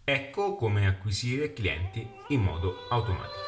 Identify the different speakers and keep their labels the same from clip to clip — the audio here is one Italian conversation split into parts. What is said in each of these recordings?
Speaker 1: Ecco come acquisire clienti in modo automatico.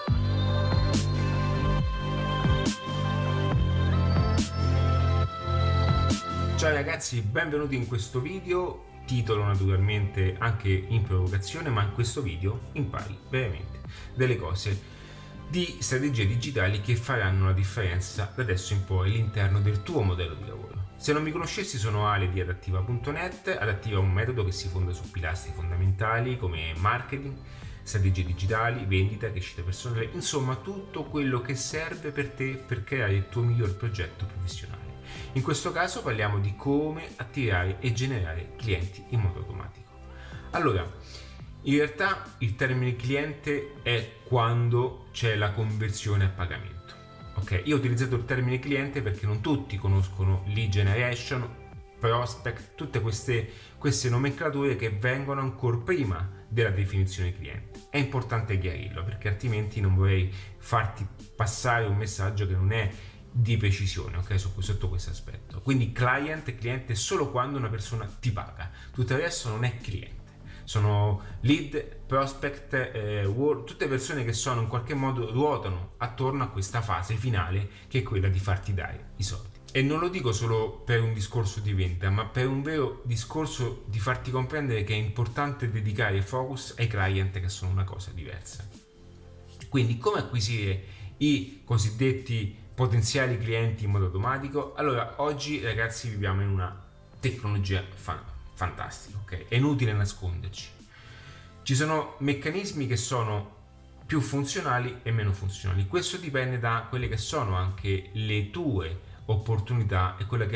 Speaker 1: Ciao ragazzi, benvenuti in questo video. Titolo naturalmente anche in provocazione, ma in questo video impari veramente delle cose di strategie digitali che faranno la differenza da adesso in poi all'interno del tuo modello di lavoro. Se non mi conoscessi, sono Ale di Adattiva.net. Adattiva è un metodo che si fonda su pilastri fondamentali come marketing, strategie digitali, vendita, crescita personale, insomma tutto quello che serve per te per creare il tuo miglior progetto professionale. In questo caso parliamo di come attirare e generare clienti in modo automatico. Allora, in realtà il termine cliente è quando c'è la conversione a pagamento. Ok, io ho utilizzato il termine cliente perché non tutti conoscono lead generation, prospect, tutte queste nomenclature che vengono ancora prima della definizione cliente. È importante chiarirlo perché altrimenti non vorrei farti passare un messaggio che non è di precisione, ok, sotto questo aspetto. Quindi cliente solo quando una persona ti paga, tutto il resto non è cliente. Sono lead, prospect, tutte persone che sono in qualche modo ruotano attorno a questa fase finale che è quella di farti dare i soldi. E non lo dico solo per un discorso di vendita, ma per un vero discorso di farti comprendere che è importante dedicare focus ai client, che sono una cosa diversa. Quindi come acquisire i cosiddetti potenziali clienti in modo automatico? Allora, oggi ragazzi viviamo in una tecnologia fantastica, ok? È inutile nasconderci. Ci sono meccanismi che sono più funzionali e meno funzionali. Questo dipende da quelle che sono anche le tue opportunità e quello che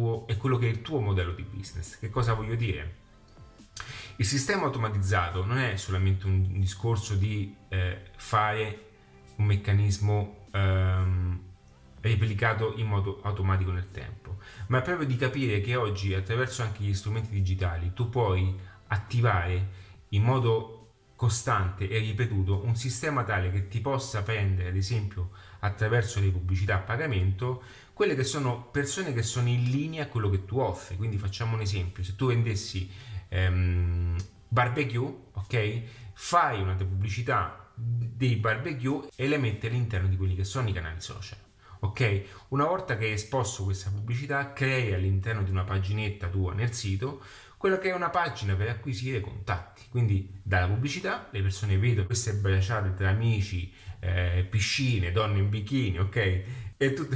Speaker 1: è il tuo modello di business. Che cosa voglio dire? Il sistema automatizzato non è solamente un discorso di fare un meccanismo replicato in modo automatico nel tempo, ma è proprio di capire che oggi attraverso anche gli strumenti digitali tu puoi attivare in modo costante e ripetuto un sistema tale che ti possa prendere ad esempio attraverso le pubblicità a pagamento quelle che sono persone che sono in linea a quello che tu offri. Quindi facciamo un esempio: se tu vendessi barbecue, ok, fai una pubblicità dei barbecue e le metti all'interno di quelli che sono i canali social. Ok, una volta che hai esposto questa pubblicità, crei all'interno di una paginetta tua nel sito quella che è una pagina per acquisire contatti. Quindi dalla pubblicità le persone vedono queste bracciate tra amici, piscine, donne in bikini, ok, e tutto.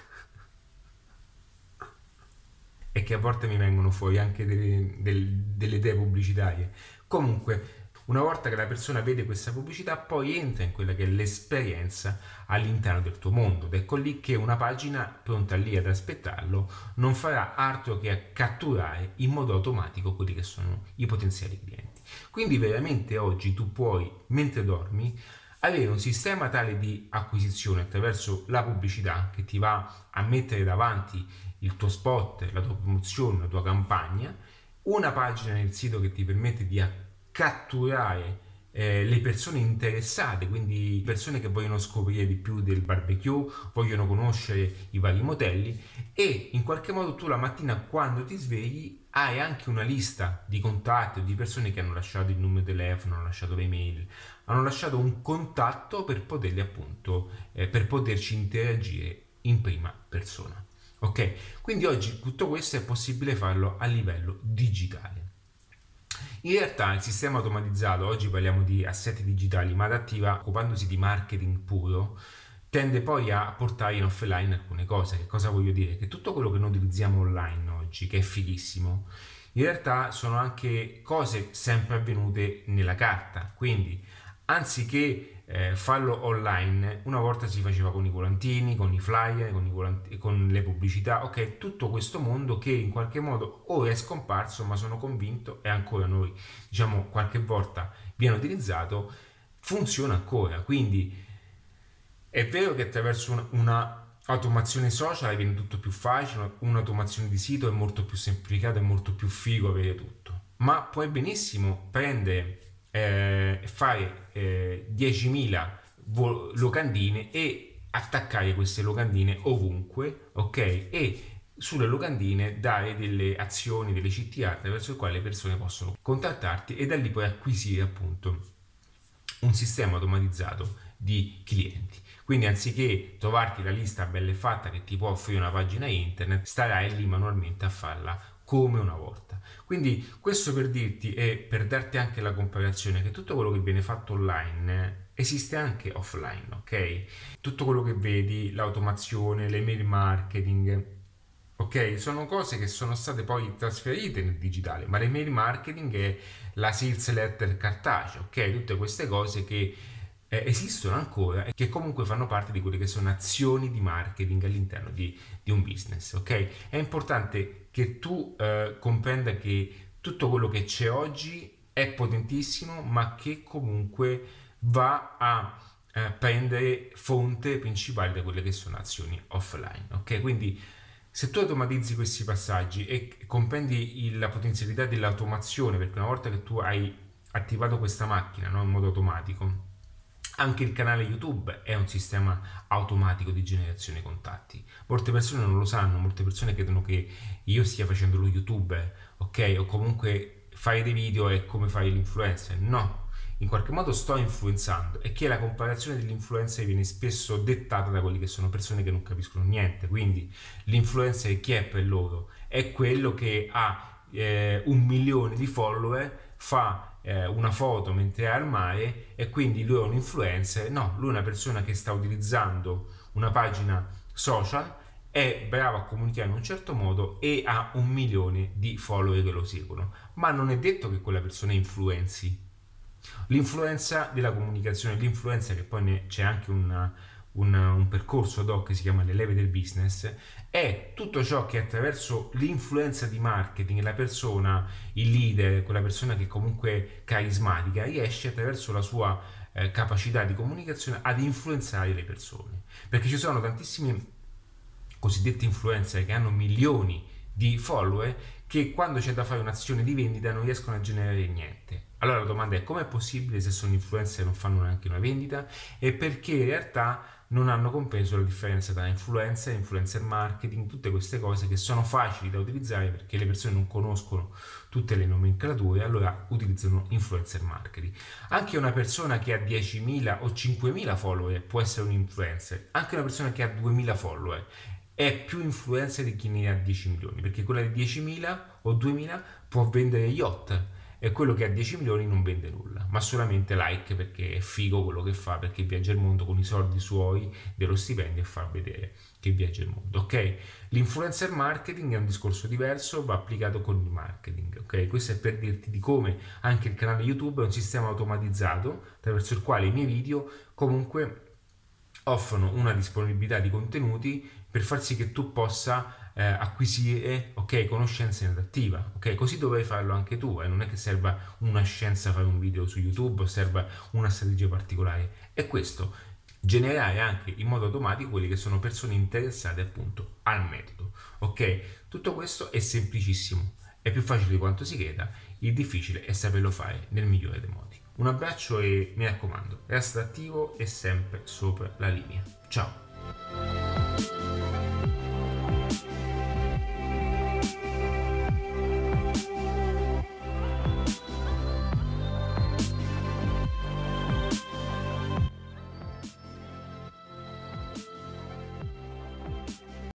Speaker 1: E che a volte mi vengono fuori anche delle idee pubblicitarie. Comunque, una volta che la persona vede questa pubblicità, poi entra in quella che è l'esperienza all'interno del tuo mondo, ed ecco lì che una pagina pronta lì ad aspettarlo non farà altro che a catturare in modo automatico quelli che sono i potenziali clienti. Quindi veramente oggi tu puoi, mentre dormi, avere un sistema tale di acquisizione attraverso la pubblicità che ti va a mettere davanti il tuo spot, la tua promozione, la tua campagna, una pagina nel sito che ti permette di catturare le persone interessate, quindi persone che vogliono scoprire di più del barbecue, vogliono conoscere i vari modelli, e in qualche modo tu la mattina quando ti svegli hai anche una lista di contatti o di persone che hanno lasciato il numero di telefono, hanno lasciato le mail, hanno lasciato un contatto per poterli appunto per poterci interagire in prima persona. Ok, quindi oggi tutto questo è possibile farlo a livello digitale. In realtà il sistema automatizzato, oggi parliamo di assetti digitali, ma Adattiva, occupandosi di marketing puro, tende poi a portare in offline alcune cose. Che cosa voglio dire? Che tutto quello che noi utilizziamo online oggi, che è fighissimo, in realtà sono anche cose sempre avvenute nella carta. Quindi anziché farlo online, una volta si faceva con i volantini, con i flyer, con le pubblicità, ok, tutto questo mondo che in qualche modo ora è scomparso, ma sono convinto e ancora noi diciamo qualche volta viene utilizzato, funziona ancora. Quindi è vero che attraverso una automazione social viene tutto più facile, un'automazione di sito è molto più semplificato, è molto più figo avere tutto, ma puoi benissimo prendere fare 10.000 locandine e attaccare queste locandine ovunque, ok, e sulle locandine dare delle azioni, delle CTA attraverso le quali le persone possono contattarti e da lì poi acquisire appunto un sistema automatizzato di clienti. Quindi anziché trovarti la lista bella e fatta che ti può offrire una pagina internet, starai lì manualmente a farla come una volta. Quindi questo per dirti e per darti anche la comparazione che tutto quello che viene fatto online esiste anche offline, ok? Tutto quello che vedi, l'automazione, l'email marketing, ok? Sono cose che sono state poi trasferite nel digitale, ma l'email marketing è la sales letter cartacea, ok? Tutte queste cose che esistono ancora e che comunque fanno parte di quelle che sono azioni di marketing all'interno di un business, ok? È importante che tu comprenda che tutto quello che c'è oggi è potentissimo, ma che comunque va a prendere fonte principale da quelle che sono azioni offline, ok? Quindi se tu automatizzi questi passaggi e comprendi la potenzialità dell'automazione, perché una volta che tu hai attivato questa macchina, no, in modo automatico, anche il canale YouTube è un sistema automatico di generazione contatti. Molte persone non lo sanno, molte persone credono che io stia facendo lo YouTuber, ok? O comunque fare dei video è come fare l'influencer. No, in qualche modo sto influenzando, e che la comparazione dell'influencer viene spesso dettata da quelli che sono persone che non capiscono niente. Quindi l'influencer chi è per loro? È quello che ha 1 milione di follower, fa una foto mentre è al mare e quindi lui è un influencer. No, lui è una persona che sta utilizzando una pagina social, è bravo a comunicare in un certo modo e ha 1 milione di follower che lo seguono, ma non è detto che quella persona influenzi. L'influenza della comunicazione, l'influenza che poi c'è anche un percorso ad hoc che si chiama le leve del business, è tutto ciò che attraverso l'influenza di marketing la persona, il leader, quella persona che comunque carismatica, riesce attraverso la sua capacità di comunicazione ad influenzare le persone, perché ci sono tantissimi cosiddetti influencer che hanno milioni di follower che quando c'è da fare un'azione di vendita non riescono a generare niente. Allora la domanda è: com'è possibile, se sono influencer, non fanno neanche una vendita? E perché in realtà non hanno compreso la differenza tra influencer, influencer marketing, tutte queste cose che sono facili da utilizzare perché le persone non conoscono tutte le nomenclature, allora utilizzano influencer marketing. Anche una persona che ha 10.000 o 5.000 follower può essere un influencer, anche una persona che ha 2.000 follower è più influencer di chi ne ha 10 milioni, perché quella di 10.000 o 2.000 può vendere yacht e quello che ha 10 milioni non vende nulla, ma solamente like perché è figo quello che fa, perché viaggia il mondo con i soldi suoi dello stipendio e fa vedere che viaggia il mondo, ok? L'influencer marketing è un discorso diverso, va applicato con il marketing, ok? Questo è per dirti di come anche il canale YouTube è un sistema automatizzato attraverso il quale i miei video comunque offrono una disponibilità di contenuti per far sì che tu possa acquisire, ok, conoscenza interattiva, ok? Così dovrai farlo anche tu, non è che serva una scienza fare un video su YouTube o serva una strategia particolare, è questo, generare anche in modo automatico quelli che sono persone interessate appunto al metodo, ok? Tutto questo è semplicissimo, è più facile di quanto si creda, il difficile è saperlo fare nel migliore dei modi. Un abbraccio e mi raccomando, resta attivo e sempre sopra la linea. Ciao!